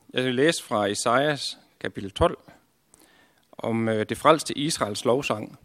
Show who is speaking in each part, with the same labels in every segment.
Speaker 1: Jeg vil læse fra Esajas kapitel 12 om det frelste Israels lovsang.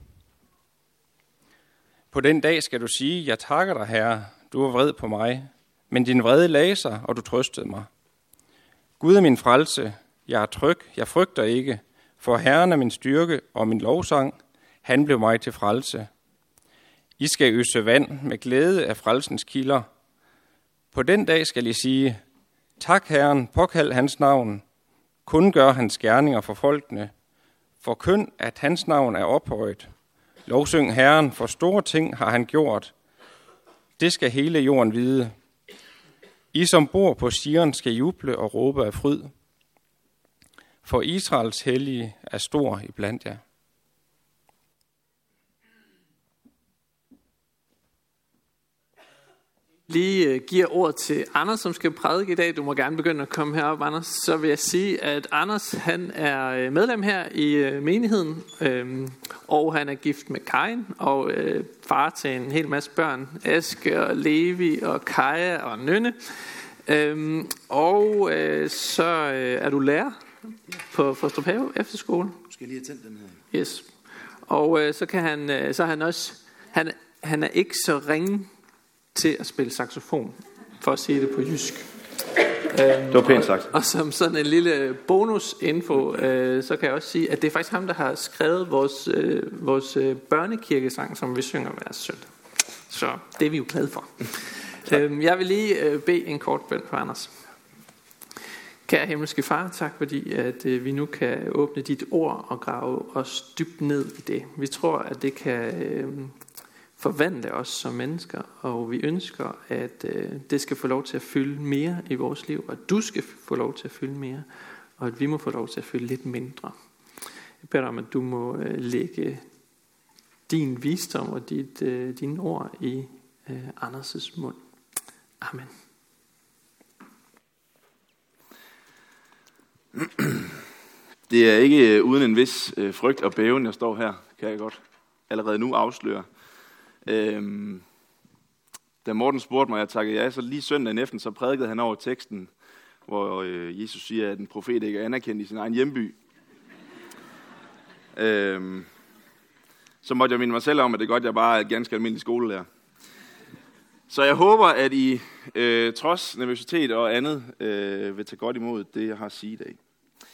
Speaker 1: På den dag skal du sige, jeg takker dig, Herre, du var vred på mig, men din vrede lagde sig, og du trøstede mig. Gud er min frelse, jeg er tryg, jeg frygter ikke, for Herren er min styrke og min lovsang, han blev mig til frelse. I skal øse vand med glæde af frelsens kilder. På den dag skal I sige, tak Herren, påkald hans navn, kun gør hans gerninger for folkene, forkynd, at hans navn er ophøjet. Lovsyng Herren, for store ting har han gjort. Det skal hele jorden vide. I som bor på Sion skal juble og råbe af fryd. For Israels hellige er stor iblandt jer.
Speaker 2: Lige giver ord til Anders, som skal prædike i dag. Du må gerne begynde at komme herop, Anders. Så vil jeg sige, at Anders han er medlem her i menigheden, og han er gift med Karin, og far til en hel masse børn. Aske og Levi og Kaja og Nynne. Så er du lærer på Frøstrup Have Efterskole.
Speaker 3: Du skal lige have tændt den her.
Speaker 2: Yes. Og så er han også, han er ikke så ringe til at spille saxofon, for at sige det på jysk.
Speaker 3: Det var pænt sagt.
Speaker 2: Og som sådan en lille bonusinfo, så kan jeg også sige, at det er faktisk ham, der har skrevet vores børnekirkesang, som vi synger hver søndag. Så det er vi jo glade for. Jeg vil lige bede en kort bøn for Anders. Kære himmelske far, tak fordi at vi nu kan åbne dit ord og grave os dybt ned i det. Vi tror, at det kan forvandle os som mennesker, og vi ønsker, at det skal få lov til at fylde mere i vores liv, og at du skal få lov til at fylde mere, og at vi må få lov til at fylde lidt mindre. Jeg beder dig om, at du må lægge din visdom og dine ord i Anders' mund. Amen.
Speaker 3: Det er ikke uden en vis frygt og bæven, jeg står her, kan jeg godt allerede nu afsløre. Da Morten spurgte mig, jeg takkede ja, så lige søndagen efter, så prædikede han over teksten, hvor Jesus siger, at en profet ikke er anerkendt i sin egen hjemby. Så måtte jeg minde mig selv om, at det er godt, jeg bare er ganske almindelig skolelærer. Så jeg håber, at I trods nervøsitet og andet vil tage godt imod det, jeg har at sige i dag.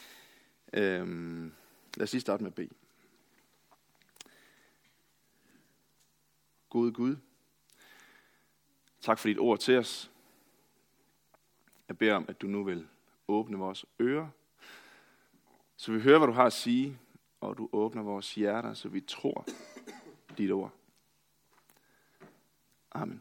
Speaker 3: Lad os lige starte med at bede. Gode Gud, tak for dit ord til os. Jeg beder om, at du nu vil åbne vores ører, så vi hører, hvad du har at sige, og du åbner vores hjerter, så vi tror dit ord. Amen.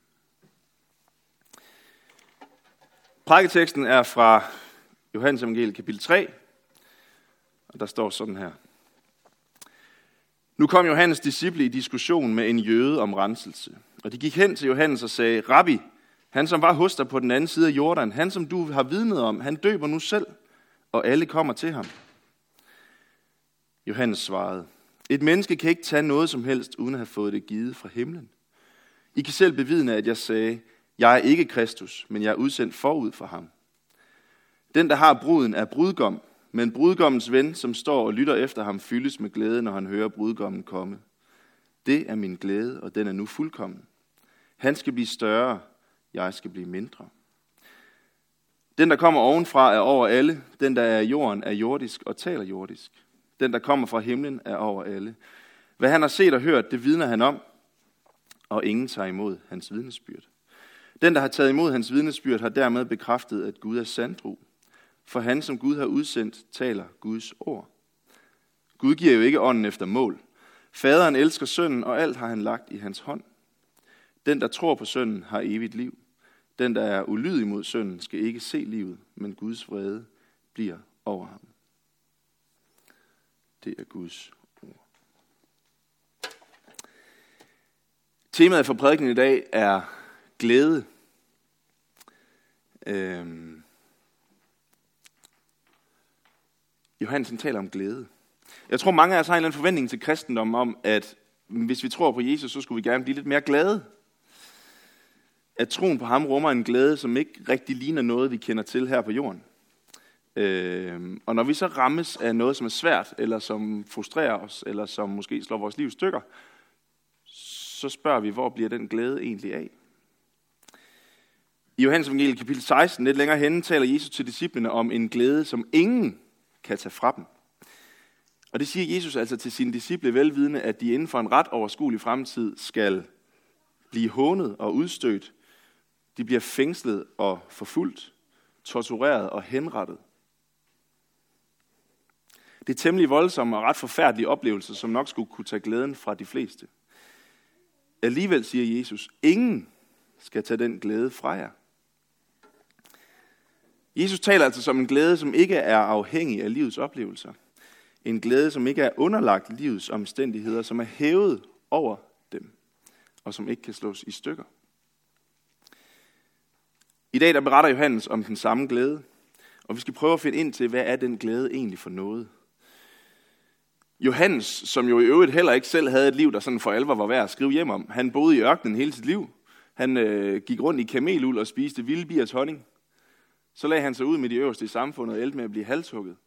Speaker 3: Prædiketeksten er fra Johannes evangeliet kapitel 3, og der står sådan her. Nu kom Johannes' disciple i diskussion med en jøde om renselse, og de gik hen til Johannes og sagde, Rabbi, han som var hos dig på den anden side af Jordan, han som du har vidnet om, han døber nu selv, og alle kommer til ham. Johannes svarede, et menneske kan ikke tage noget som helst, uden at have fået det givet fra himlen. I kan selv bevidne, at jeg sagde, jeg er ikke Kristus, men jeg er udsendt forud for ham. Den, der har bruden, er brudgom, men brudgommens ven, som står og lytter efter ham, fyldes med glæde, når han hører brudgommen komme. Det er min glæde, og den er nu fuldkommen. Han skal blive større, jeg skal blive mindre. Den, der kommer ovenfra, er over alle. Den, der er i jorden, er jordisk og taler jordisk. Den, der kommer fra himlen, er over alle. Hvad han har set og hørt, det vidner han om, og ingen tager imod hans vidnesbyrd. Den, der har taget imod hans vidnesbyrd, har dermed bekræftet, at Gud er sandro. For han, som Gud har udsendt, taler Guds ord. Gud giver jo ikke ånden efter mål. Faderen elsker sønnen, og alt har han lagt i hans hånd. Den, der tror på sønnen, har evigt liv. Den, der er ulydig mod sønnen, skal ikke se livet, men Guds vrede bliver over ham. Det er Guds ord. Temaet for prædikenen i dag er glæde. Johannes taler om glæde. Jeg tror, mange af os har en eller anden forventning til kristendommen om, at hvis vi tror på Jesus, så skulle vi gerne blive lidt mere glade. At troen på ham rummer en glæde, som ikke rigtig ligner noget, vi kender til her på jorden. Og når vi så rammes af noget, som er svært, eller som frustrerer os, eller som måske slår vores liv i stykker, så spørger vi, hvor bliver den glæde egentlig af? I Johannes evangeliet kapitel 16, lidt længere henne, taler Jesus til disciplene om en glæde, som ingen kan tage fra dem. Og det siger Jesus altså til sine disciple velvidende, at de inden for en ret overskuelig fremtid skal blive hånet og udstødt. De bliver fængslet og forfulgt, tortureret og henrettet. Det er temmelig voldsomme og ret forfærdelige oplevelser, som nok skulle kunne tage glæden fra de fleste. Alligevel siger Jesus, ingen skal tage den glæde fra jer. Jesus taler altså som en glæde, som ikke er afhængig af livets oplevelser. En glæde, som ikke er underlagt livets omstændigheder, som er hævet over dem, og som ikke kan slås i stykker. I dag der beretter Johannes om den samme glæde, og vi skal prøve at finde ind til, hvad er den glæde egentlig for noget. Johannes, som jo i øvrigt heller ikke selv havde et liv, der sådan for alvor var værd at skrive hjem om. Han boede i ørkenen hele sit liv. Han gik rundt i kameluld og spiste vilde biers honning. Så lagde han sig ud med de øverste i samfundet og endte med at blive halshugget.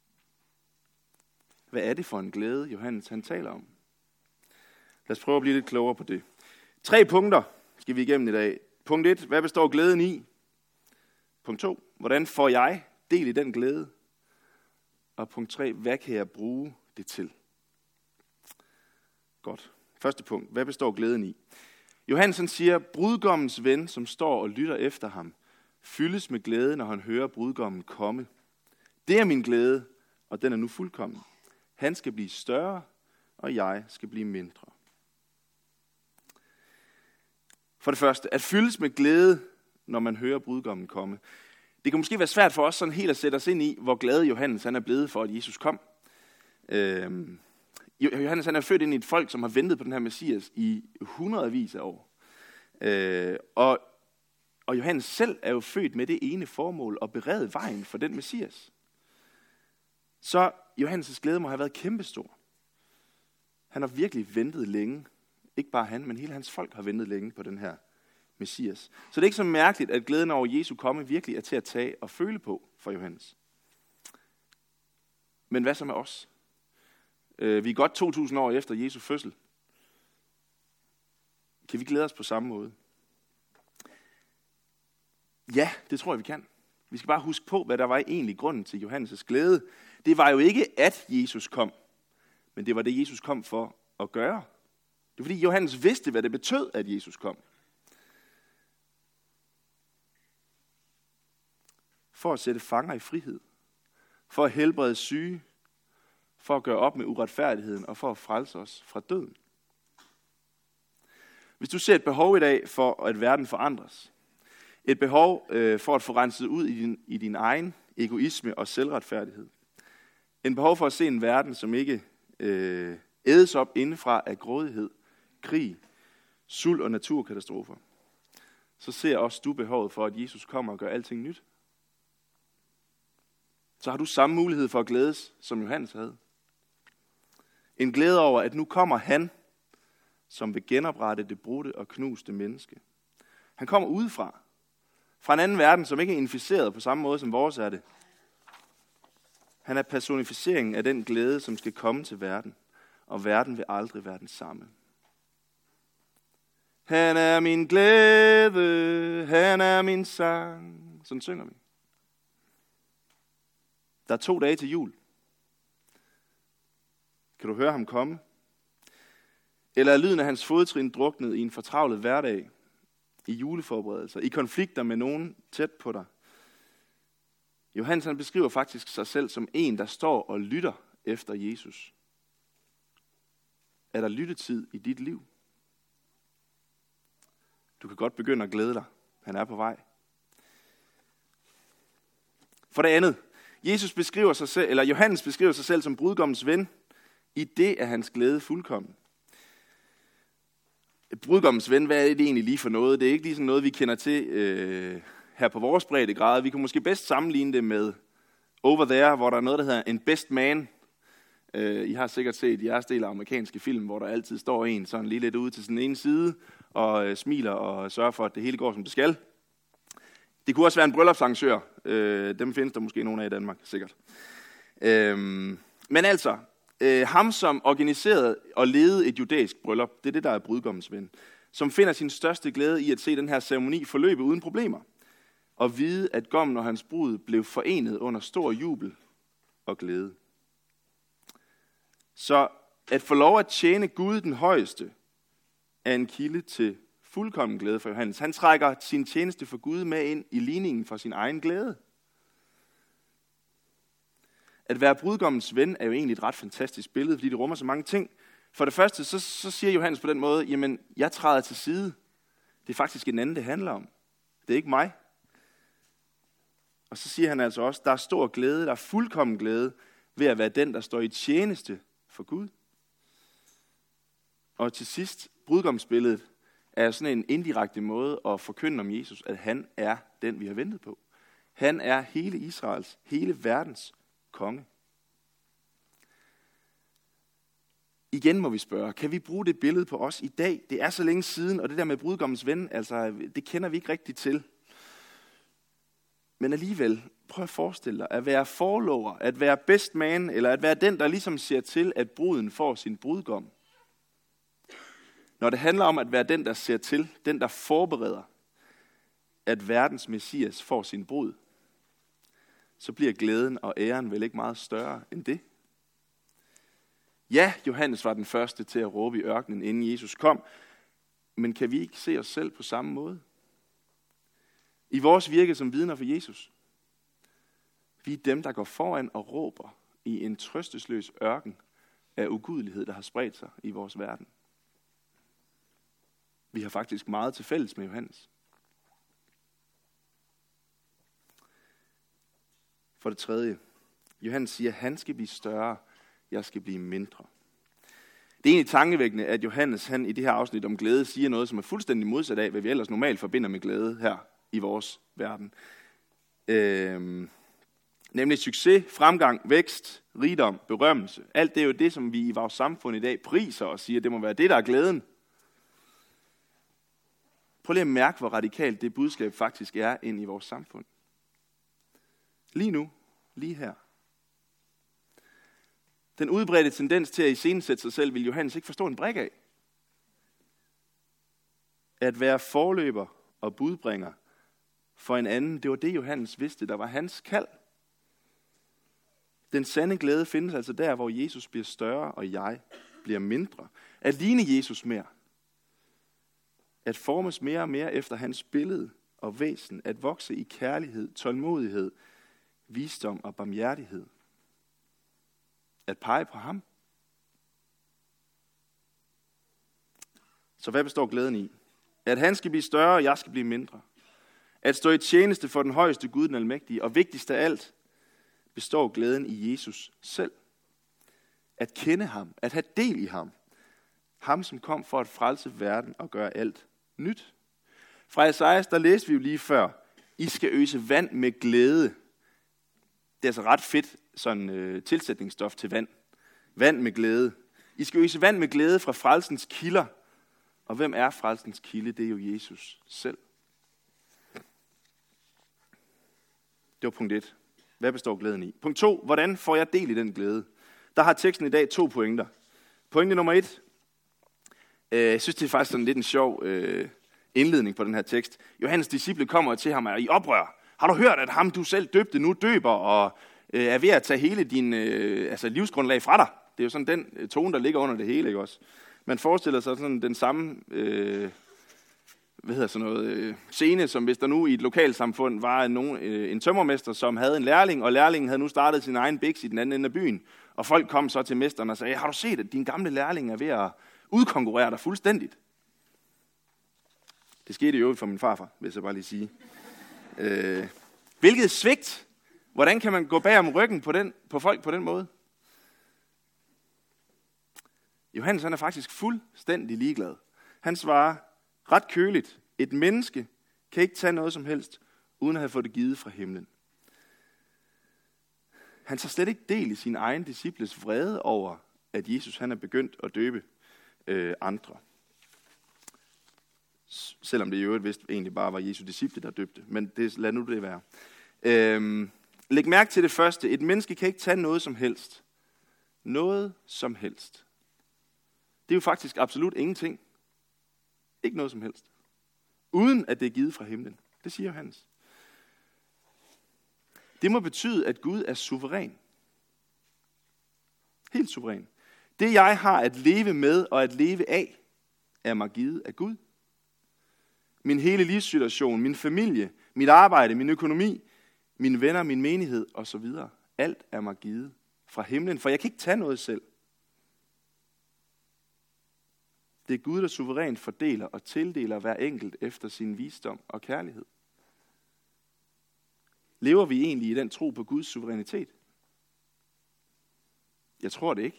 Speaker 3: Hvad er det for en glæde, Johannes han taler om? Lad os prøve at blive lidt klogere på det. 3 punkter skal vi igennem i dag. Punkt 1. Hvad består glæden i? Punkt 2. Hvordan får jeg del i den glæde? Og punkt 3. Hvad kan jeg bruge det til? Godt. Første punkt. Hvad består glæden i? Johannes han siger, brudgommens ven, som står og lytter efter ham, fyldes med glæde, når han hører brudgommen komme. Det er min glæde, og den er nu fuldkommen. Han skal blive større, og jeg skal blive mindre. For det første, at fyldes med glæde, når man hører brudgommen komme. Det kan måske være svært for os sådan helt at sætte os ind i, hvor glad Johannes han er blevet for, at Jesus kom. Johannes han er født ind i et folk, som har ventet på den her Messias i hundredvis af år. Og Johannes selv er jo født med det ene formål at berede vejen for den Messias. Så Johannes' glæde må have været kæmpestor. Han har virkelig ventet længe. Ikke bare han, men hele hans folk har ventet længe på den her Messias. Så det er ikke så mærkeligt, at glæden over Jesu komme virkelig er til at tage og føle på for Johannes. Men hvad så med os? Vi er godt 2000 år efter Jesu fødsel. Kan vi glæde os på samme måde? Ja, det tror jeg, vi kan. Vi skal bare huske på, hvad der var egentlig grunden til Johannes' glæde. Det var jo ikke, at Jesus kom, men det var det, Jesus kom for at gøre. Det var fordi Johannes vidste, hvad det betød, at Jesus kom. For at sætte fanger i frihed. For at helbrede syge. For at gøre op med uretfærdigheden og for at frelse os fra døden. Hvis du ser et behov i dag for, at verden forandres, et behov for at få renset ud i din egen egoisme og selvretfærdighed, en behov for at se en verden, som ikke ædes op indefra af grådighed, krig, sult og naturkatastrofer, så ser også du behovet for, at Jesus kommer og gør alting nyt. Så har du samme mulighed for at glædes, som Johannes havde. En glæde over, at nu kommer han, som vil genoprette det brudte og knuste menneske. Han kommer udefra, fra en anden verden, som ikke er inficeret på samme måde som vores er det. Han er personificeringen af den glæde, som skal komme til verden, og verden vil aldrig være den samme. Han er min glæde, han er min sang. Sådan synger vi. Der er 2 dage til jul. Kan du høre ham komme? Eller er lyden af hans fodtrin druknet i en fortravlet hverdag, i juleforberedelser, i konflikter med nogen tæt på dig? Johannes han beskriver faktisk sig selv som en, der står og lytter efter Jesus. Er der lyttetid i dit liv? Du kan godt begynde at glæde dig. Han er på vej. For det andet, Johannes beskriver sig selv som brudgommens ven. I det er hans glæde fuldkommen. Brudgommens ven, hvad er det egentlig lige for noget? Det er ikke lige sådan noget, vi kender til her på vores breddegrad. Vi kan måske bedst sammenligne det med Over There, hvor der er noget, der hedder en best man. I har sikkert set jeres del af amerikanske film, hvor der altid står en sådan lige lidt ude til sådan en side, og smiler og sørger for, at det hele går, som det skal. Det kunne også være en bryllupsarrangør. Dem findes der måske nogle af i Danmark, sikkert. Men altså, ham som organiserede og ledede et judæisk bryllup, det er det, der er brudgommens ven, som finder sin største glæde i at se den her ceremoni forløbe uden problemer, og vide, at gommen og hans brud blev forenet under stor jubel og glæde. Så at få lov at tjene Gud den højeste, er en kilde til fuldkommen glæde for Johannes. Han trækker sin tjeneste for Gud med ind i ligningen for sin egen glæde. At være brudgommens ven er jo egentlig et ret fantastisk billede, fordi det rummer så mange ting. For det første, så siger Johannes på den måde, jamen, jeg træder til side. Det er faktisk en anden, det handler om. Det er ikke mig. Og så siger han altså også, der er stor glæde, der er fuldkommen glæde ved at være den, der står i tjeneste for Gud. Og til sidst, brudgomsbilledet er sådan en indirekte måde at forkynde om Jesus, at han er den, vi har ventet på. Han er hele Israels, hele verdens konge. Igen må vi spørge, kan vi bruge det billede på os i dag? Det er så længe siden, og det der med brudgommens ven, altså, det kender vi ikke rigtigt til. Men alligevel, prøv at forestille dig, at være forlover, at være best man, eller at være den, der ligesom ser til, at bruden får sin brudgom. Når det handler om at være den, der ser til, den, der forbereder, at verdens messias får sin brud, så bliver glæden og æren vel ikke meget større end det. Ja, Johannes var den første til at råbe i ørkenen, inden Jesus kom, men kan vi ikke se os selv på samme måde? I vores virke som vidner for Jesus. Vi er dem, der går foran og råber i en trøstesløs ørken af ugudelighed, der har spredt sig i vores verden. Vi har faktisk meget til fælles med Johannes. For det tredje, Johannes siger, at han skal blive større, jeg skal blive mindre. Det er egentlig tankevækkende, at Johannes han i det her afsnit om glæde siger noget, som er fuldstændig modsat af, hvad vi ellers normalt forbinder med glæde her i vores verden. Nemlig succes, fremgang, vækst, rigdom, berømmelse. Alt det er jo det, som vi i vores samfund i dag priser og siger, det må være det, der er glæden. Prøv lige at mærke, hvor radikalt det budskab faktisk er ind i vores samfund. Lige nu, lige her. Den udbredte tendens til at iscenesætte sig selv, vil Johannes ikke forstå en brik af. At være forløber og budbringer for en anden, det var det, Johannes vidste, der var hans kald. Den sande glæde findes altså der, hvor Jesus bliver større, og jeg bliver mindre. At ligne Jesus mere. At formes mere og mere efter hans billede og væsen. At vokse i kærlighed, tålmodighed, visdom og barmhjertighed. At pege på ham. Så hvad består glæden i? At han skal blive større, og jeg skal blive mindre. At stå i tjeneste for den højeste Gud, den almægtige. Og vigtigst af alt, består glæden i Jesus selv. At kende ham, at have del i ham. Ham, som kom for at frelse verden og gøre alt nyt. Fra Esajas, der læste vi jo lige før, I skal øse vand med glæde. Det er altså ret fedt sådan tilsætningsstof til vand. Vand med glæde. I skal øse vand med glæde fra frelsens kilder. Og hvem er frelsens kilde? Det er jo Jesus selv. Det var punkt 1. Hvad består glæden i? Punkt 2. Hvordan får jeg del i den glæde? Der har teksten i dag 2 pointer. Pointe nummer 1. Jeg synes, det er faktisk sådan lidt en sjov indledning på den her tekst. Johannes disciple kommer til ham og er i oprør. Har du hørt, at ham du selv døbte nu døber og er ved at tage hele din livsgrundlag fra dig? Det er jo sådan den tone, der ligger under det hele, ikke også? Man forestiller sig sådan den samme scene, som hvis der nu i et lokalsamfund var en tømmermester, som havde en lærling, og lærlingen havde nu startet sin egen biks i den anden ende af byen. Og folk kom så til mesteren og sagde, har du set, at din gamle lærling er ved at udkonkurrere dig fuldstændigt? Det skete jo for min farfar, vil jeg så bare lige sige. Hvilket svigt! Hvordan kan man gå bag om ryggen på folk på den måde? Johannes han er faktisk fuldstændig ligeglad. Han svarer ret køligt. Et menneske kan ikke tage noget som helst, uden at have fået det givet fra himlen. Han tager slet ikke del i sin egen disciples vrede over, at Jesus han er begyndt at døbe andre. Selvom det i øvrigt vist egentlig bare var Jesu disciple, der døbte. Men lad nu det være. Læg mærke til det første. Et menneske kan ikke tage noget som helst. Noget som helst. Det er jo faktisk absolut ingenting. Ikke noget som helst. Uden at det er givet fra himlen. Det siger Johannes. Det må betyde, at Gud er suveræn. Helt suveræn. Det jeg har at leve med og at leve af, er mig givet af Gud. Min hele livssituation, min familie, mit arbejde, min økonomi, mine venner, min menighed osv. Alt er mig givet fra himlen, for jeg kan ikke tage noget selv. Det er Gud, der suverænt fordeler og tildeler hver enkelt efter sin visdom og kærlighed. Lever vi egentlig i den tro på Guds suverænitet? Jeg tror det ikke.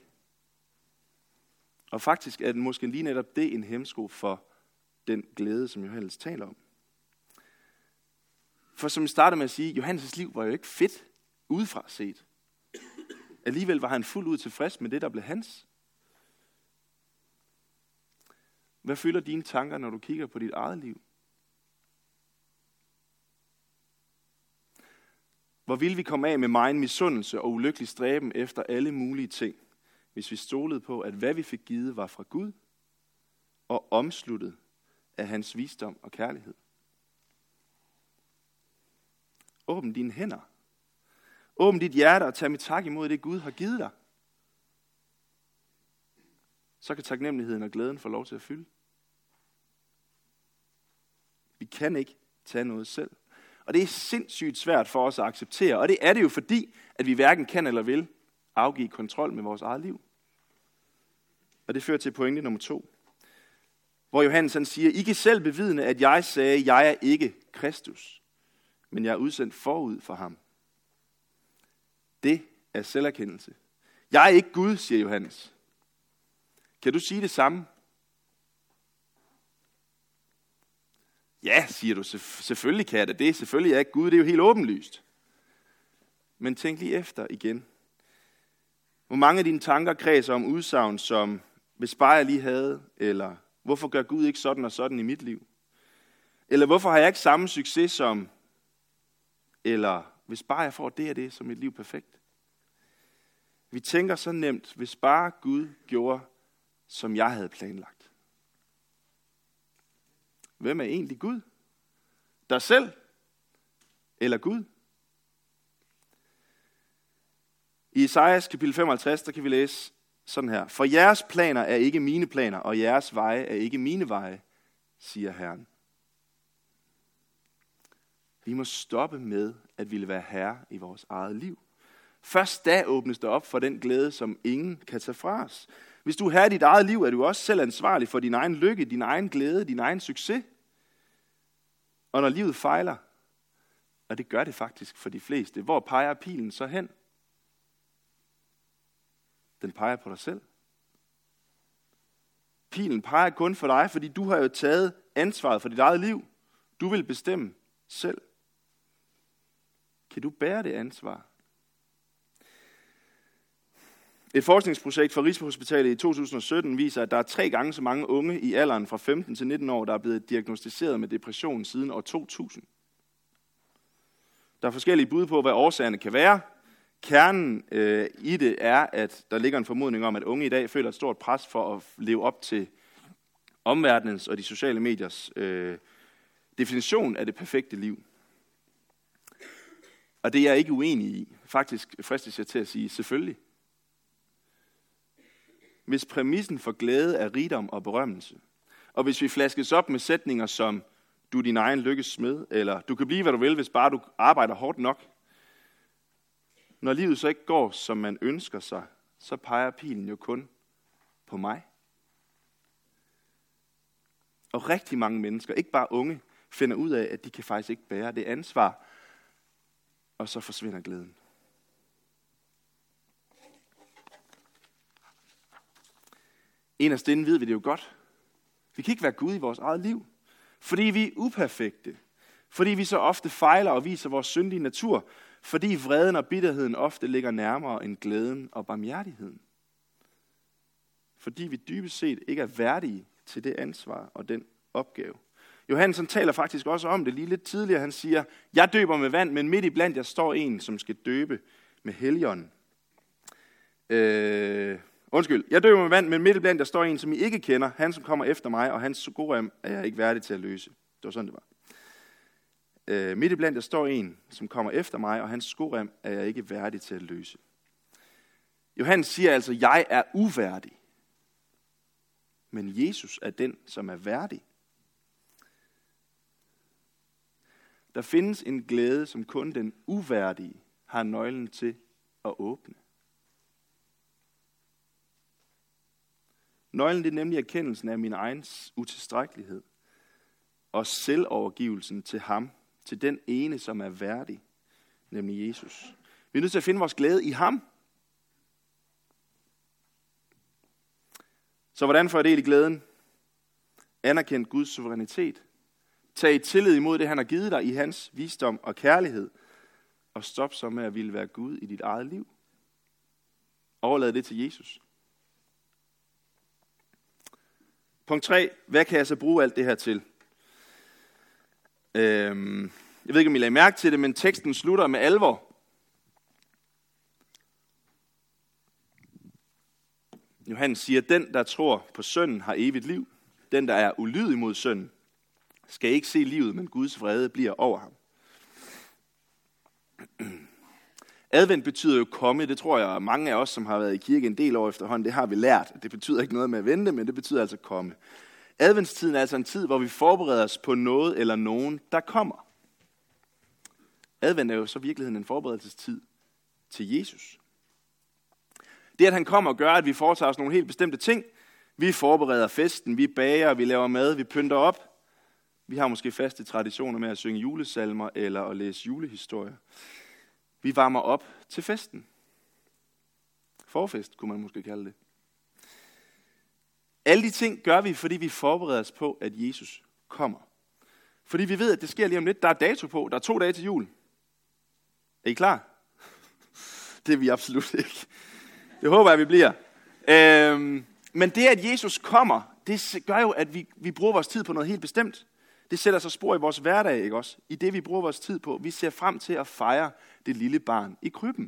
Speaker 3: Og faktisk er det måske lige netop det en hæmsko for den glæde, som Johannes taler om. For som jeg startede med at sige, Johannes' liv var jo ikke fedt udefra set. Alligevel var han fuldt ud tilfreds med det, der blev hans. Hvad fylder dine tanker, når du kigger på dit eget liv? Hvor ville vi komme af med megen misundelse og ulykkelig stræben efter alle mulige ting, hvis vi stolede på, at hvad vi fik givet var fra Gud og omsluttet af hans visdom og kærlighed? Åbn dine hænder. Åbn dit hjerte og tag mit tak imod det, Gud har givet dig. Så kan taknemmeligheden og glæden få lov til at fylde. Vi kan ikke tage noget selv. Og det er sindssygt svært for os at acceptere. Og det er det jo fordi, at vi hverken kan eller vil afgive kontrol med vores eget liv. Og det fører til pointe nummer 2. Hvor Johannes han siger, I kan selv bevidne, at jeg sagde, jeg er ikke Kristus, men jeg er udsendt forud for ham. Det er selverkendelse. Jeg er ikke Gud, siger Johannes. Kan du sige det samme? Ja, siger du, selvfølgelig kan jeg det. Selvfølgelig er jeg ikke Gud, det er jo helt åbenlyst. Men tænk lige efter igen. Hvor mange af dine tanker kredser om udsagn som, hvis bare jeg lige havde, eller hvorfor gør Gud ikke sådan og sådan i mit liv? Eller hvorfor har jeg ikke samme succes som, eller hvis bare jeg får det og det, så er mit liv perfekt? Vi tænker så nemt, hvis bare Gud gjorde, som jeg havde planlagt. Hvem er egentlig Gud? Dig selv? Eller Gud? I Esajas kapitel 55, der kan vi læse sådan her. For jeres planer er ikke mine planer, og jeres veje er ikke mine veje, siger Herren. Vi må stoppe med at ville være herre i vores eget liv. Først da åbnes der op for den glæde, som ingen kan tage fra os. Hvis du er herre i dit eget liv, er du også selv ansvarlig for din egen lykke, din egen glæde, din egen succes. Og når livet fejler, og det gør det faktisk for de fleste, hvor peger pilen så hen? Den peger på dig selv. Pilen peger kun for dig, fordi du har jo taget ansvaret for dit eget liv. Du vil bestemme selv. Kan du bære det ansvar? Et forskningsprojekt fra Rigshospitalet i 2017 viser, at der er 3 gange så mange unge i alderen fra 15 til 19 år, der er blevet diagnosticeret med depression siden år 2000. Der er forskellige bud på, hvad årsagerne kan være. Kernen i det er, at der ligger en formodning om, at unge i dag føler et stort pres for at leve op til omverdenens og de sociale mediers definition af det perfekte liv. Og det er jeg ikke uenig i. Faktisk fristes jeg til at sige, selvfølgelig. Hvis præmissen for glæde er rigdom og berømmelse, og hvis vi flaskes op med sætninger som, du er din egen lykkes smed, eller du kan blive, hvad du vil, hvis bare du arbejder hårdt nok. Når livet så ikke går, som man ønsker sig, så peger pilen jo kun på mig. Og rigtig mange mennesker, ikke bare unge, finder ud af, at de kan faktisk ikke bære det ansvar, og så forsvinder glæden. Inderst inde ved vi det jo godt. Vi kan ikke være Gud i vores eget liv, fordi vi er uperfekte. Fordi vi så ofte fejler og viser vores syndige natur. Fordi vreden og bitterheden ofte ligger nærmere end glæden og barmhjertigheden. Fordi vi dybest set ikke er værdige til det ansvar og den opgave. Johannes han taler faktisk også om det lige lidt tidligere. Han siger, jeg døber med vand, men midt i blandt jer står en, som skal døbe med Helligånden. Jeg døber med vand, men midt i blandt jer står en, som I ikke kender. Han, som kommer efter mig, og hans skorem er jeg ikke værdig til at løse. Det var sådan, det var. Midt i blandt jer står en, som kommer efter mig, og hans skorem er jeg ikke værdig til at løse. Johannes siger altså, jeg er uværdig. Men Jesus er den, som er værdig. Der findes en glæde, som kun den uværdige har nøglen til at åbne. Nøglen det er nemlig erkendelsen af min egen utilstrækkelighed og selvovergivelsen til ham, til den ene, som er værdig, nemlig Jesus. Vi er nødt til at finde vores glæde i ham. Så hvordan får jeg del i glæden? Anerkend Guds suverænitet. Tag i tillid imod det, han har givet dig i hans visdom og kærlighed. Og stop så med at ville være Gud i dit eget liv. Overlad det til Jesus. Punkt 3. Hvad kan jeg så bruge alt det her til? Jeg ved ikke, om I lagde mærke til det, men teksten slutter med alvor. Johannes siger, den, der tror på sønnen, har evigt liv. Den, der er ulydig mod sønnen, skal ikke se livet, men Guds vrede bliver over ham. Advent betyder jo komme. Det tror jeg, mange af os, som har været i kirke en del år efterhånden, det har vi lært. Det betyder ikke noget med at vente, men det betyder altså komme. Adventstiden er altså en tid, hvor vi forbereder os på noget eller nogen, der kommer. Advent er jo så i virkeligheden en forberedelsestid til Jesus. Det, at han kommer, gør, at vi foretager os nogle helt bestemte ting. Vi forbereder festen, vi bager, vi laver mad, vi pynter op. Vi har måske faste traditioner med at synge julesalmer eller at læse julehistorier. Vi varmer op til festen. Forfest, kunne man måske kalde det. Alle de ting gør vi, fordi vi forbereder os på, at Jesus kommer. Fordi vi ved, at det sker lige om lidt. Der er dato på. Der er 2 dage til jul. Er I klar? Det er vi absolut ikke. Det håber jeg, vi bliver. Men det, at Jesus kommer, det gør jo, at vi bruger vores tid på noget helt bestemt. Det sætter sig spor i vores hverdag, ikke også? I det, vi bruger vores tid på. Vi ser frem til at fejre det lille barn i krybben.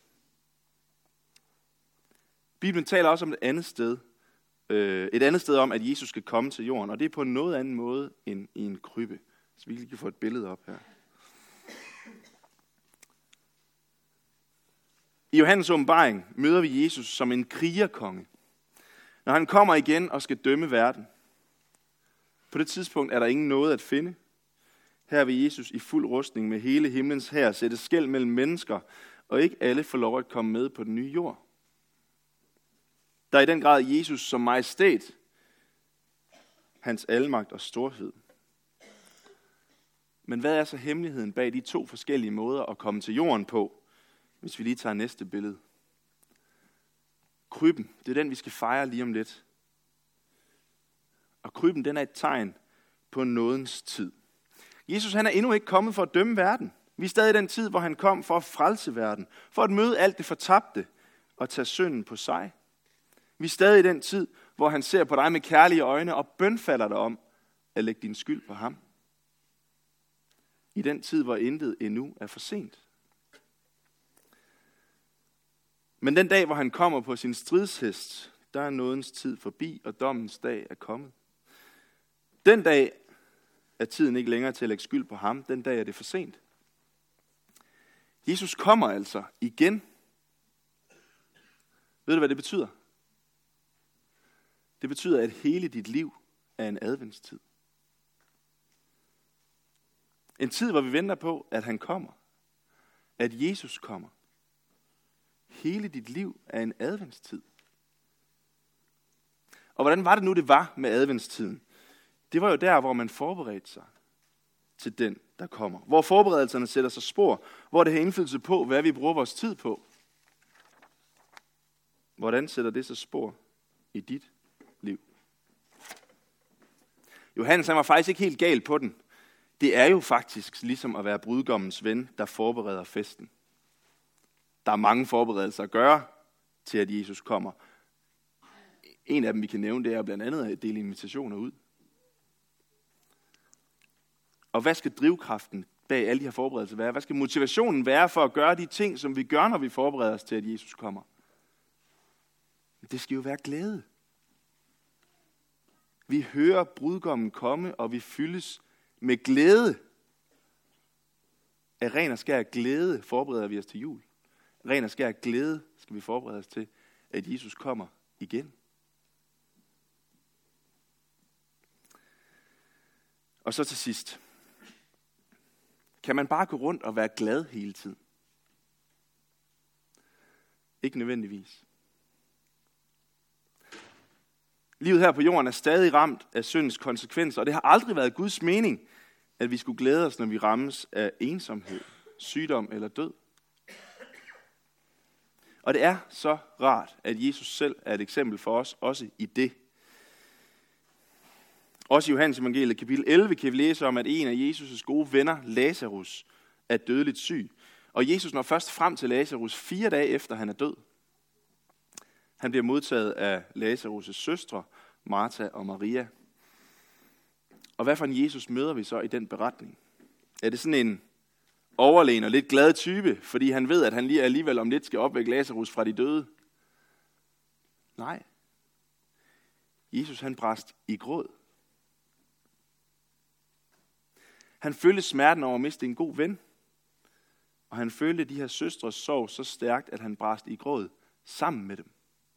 Speaker 3: Bibelen taler også om et andet sted om, at Jesus skal komme til jorden, og det er på en noget anden måde end i en krybbe. Så vi lige kan få et billede op her. I Johannes åbenbaring møder vi Jesus som en krigerkonge, når han kommer igen og skal dømme verden. På det tidspunkt er der ingen noget at finde. Her vil Jesus i fuld rustning med hele himlens hær sætte skel mellem mennesker, og ikke alle får lov at komme med på den nye jord. Der er i den grad Jesus som majestæt, hans almagt og storhed. Men hvad er så hemmeligheden bag de 2 forskellige måder at komme til jorden på, hvis vi lige tager næste billede? Krybben, det er den, vi skal fejre lige om lidt. Og krybben, den er et tegn på nådens tid. Jesus, han er endnu ikke kommet for at dømme verden. Vi er stadig i den tid, hvor han kom for at frelse verden, for at møde alt det fortabte og tage synden på sig. Vi er stadig i den tid, hvor han ser på dig med kærlige øjne og bønfalder dig om at lægge din skyld på ham. I den tid, hvor intet endnu er for sent. Men den dag, hvor han kommer på sin stridshest, der er nådens tid forbi, og dommens dag er kommet. Den dag er tiden ikke længere til at lægge skyld på ham. Den dag er det for sent. Jesus kommer altså igen. Ved du, hvad det betyder? Det betyder, at hele dit liv er en adventstid. En tid, hvor vi venter på, at han kommer. At Jesus kommer. Hele dit liv er en adventstid. Og hvordan var det nu, det var med adventstiden? Det var jo der, hvor man forberedte sig til den, der kommer. Hvor forberedelserne sætter sig spor. Hvor det har indflydelse på, hvad vi bruger vores tid på. Hvordan sætter det sig spor i dit liv? Johannes, han var faktisk ikke helt gal på den. Det er jo faktisk ligesom at være brudgommens ven, der forbereder festen. Der er mange forberedelser at gøre til, at Jesus kommer. En af dem, vi kan nævne, det er blandt andet at dele invitationer ud. Og hvad skal drivkraften bag alle de her forberedelser være? Hvad skal motivationen være for at gøre de ting, som vi gør, når vi forbereder os til, at Jesus kommer? Det skal jo være glæde. Vi hører brudgommen komme, og vi fyldes med glæde. Af ren og skær glæde forbereder vi os til jul. Ren og skær glæde skal vi forberede os til, at Jesus kommer igen. Og så til sidst. Kan man bare gå rundt og være glad hele tiden? Ikke nødvendigvis. Livet her på jorden er stadig ramt af syndens konsekvenser, og det har aldrig været Guds mening, at vi skulle glæde os, når vi rammes af ensomhed, sygdom eller død. Og det er så rart, at Jesus selv er et eksempel for os, også i det. Også i Johannes evangeliet kapitel 11 kan vi læse om, at en af Jesus' gode venner, Lazarus, er dødeligt syg. Og Jesus når først frem til Lazarus 4 dage efter han er død. Han bliver modtaget af Lazarus' søstre, Martha og Maria. Og hvad for en Jesus møder vi så i den beretning? Er det sådan en overlegen og lidt glad type, fordi han ved, at han lige alligevel om lidt skal opvække Lazarus fra de døde? Nej. Jesus han brast i gråd. Han følte smerten over at miste en god ven. Og han følte de her søstres sorg så stærkt, at han brast i gråd sammen med dem.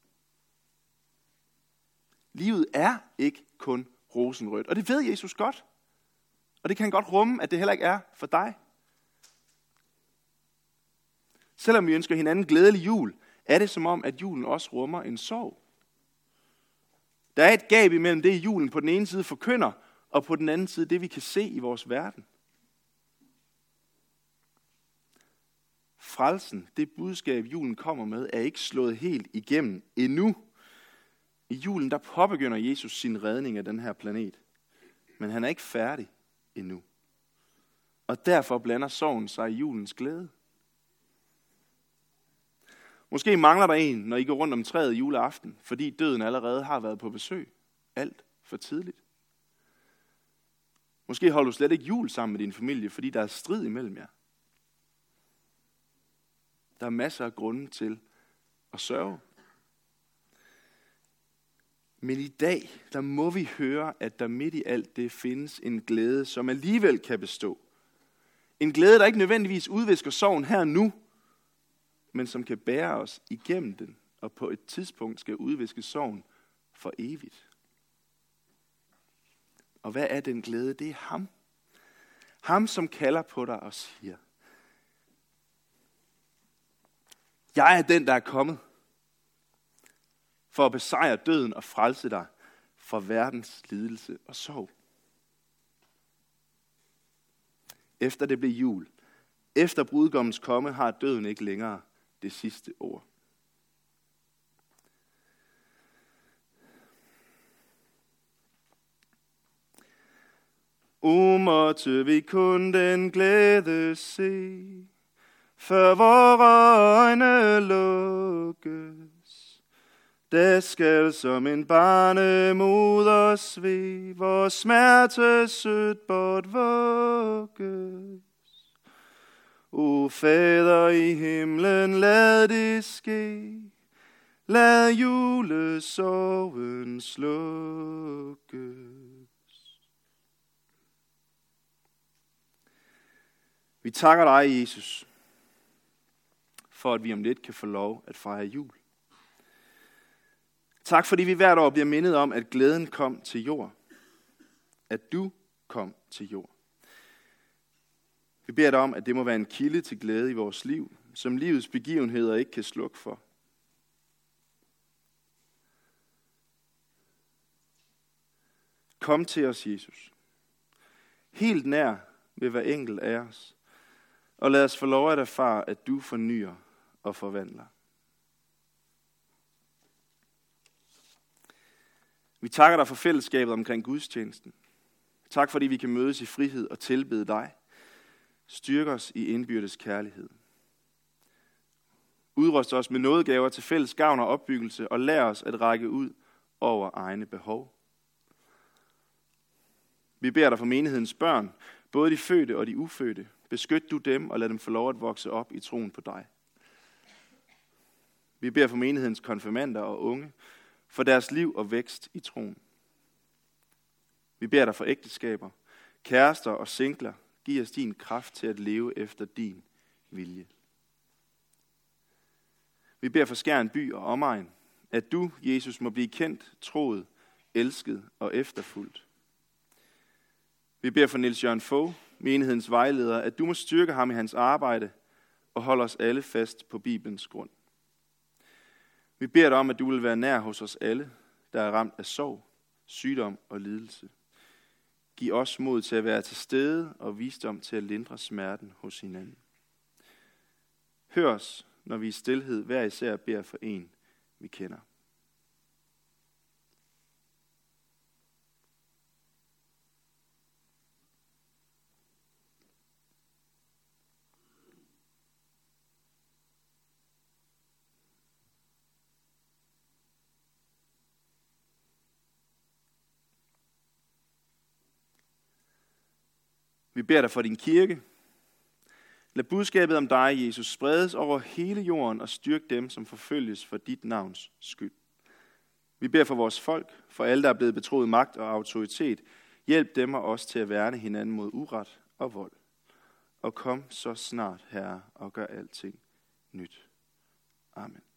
Speaker 3: Livet er ikke kun rosenrødt, og det ved Jesus godt. Og det kan godt rumme, at det heller ikke er for dig. Selvom vi ønsker hinanden glædelig jul, er det som om, at julen også rummer en sorg. Der er et gab imellem det, julen på den ene side forkynder, og på den anden side det, vi kan se i vores verden. Frelsen, det budskab, julen kommer med, er ikke slået helt igennem endnu. I julen, der påbegynder Jesus sin redning af den her planet. Men han er ikke færdig endnu. Og derfor blander sorgen sig i julens glæde. Måske mangler der en, når I går rundt om træet juleaften, fordi døden allerede har været på besøg. Alt for tidligt. Måske holder du slet ikke jul sammen med din familie, fordi der er strid imellem jer. Der er masser af grunde til at sørge. Men i dag, der må vi høre, at der midt i alt det findes en glæde, som alligevel kan bestå. En glæde, der ikke nødvendigvis udvisker sorgen her nu, men som kan bære os igennem den, og på et tidspunkt skal udviske sorgen for evigt. Og hvad er den glæde? Det er ham. Ham, som kalder på dig og siger, jeg er den, der er kommet for at besejre døden og frelse dig fra verdens lidelse og sorg. Efter det blev jul, efter brudgommens komme, har døden ikke længere det sidste ord. O måtte vi kun den glæde se, før vore øjne lukkes. Der skal som en barnemoder sve, hvor smerte sødt bort vugges. O Fader i himlen, lad det ske, lad julesorgen slukkes. Vi takker dig, Jesus, for at vi om lidt kan få lov at fejre jul. Tak fordi vi hvert år bliver mindet om, at glæden kom til jord. At du kom til jord. Vi beder dig om, at det må være en kilde til glæde i vores liv, som livets begivenheder ikke kan slukke for. Kom til os, Jesus. Helt nær ved hver enkelt af os. Og lad os få lov at erfare, at du fornyer og forvandler. Vi takker dig for fællesskabet omkring gudstjenesten. Tak fordi vi kan mødes i frihed og tilbede dig. Styrk os i indbyrdes kærlighed. Udrust os med nådegaver til fælles gavn og opbyggelse, og lær os at række ud over egne behov. Vi beder dig for menighedens børn, både de fødte og de ufødte. Beskyt du dem og lad dem få lov at vokse op i troen på dig. Vi beder for menighedens konfirmander og unge, for deres liv og vækst i troen. Vi beder dig for ægteskaber, kærester og singler. Giv os din kraft til at leve efter din vilje. Vi beder for Skjern by og omegn, at du, Jesus, må blive kendt, troet, elsket og efterfulgt. Vi beder for Niels Jørgen Fogh, menighedens vejleder, at du må styrke ham i hans arbejde og holde os alle fast på Bibelens grund. Vi beder dig om, at du vil være nær hos os alle, der er ramt af sorg, sygdom og lidelse. Giv os mod til at være til stede og visdom til at lindre smerten hos hinanden. Hør os, når vi i stilhed hver især beder for en, vi kender. Vi beder dig for din kirke. Lad budskabet om dig, Jesus, spredes over hele jorden og styrk dem, som forfølges for dit navns skyld. Vi beder for vores folk, for alle, der er blevet betroet magt og autoritet. Hjælp dem og os til at værne hinanden mod uret og vold. Og kom så snart, Herre, og gør alting nyt. Amen.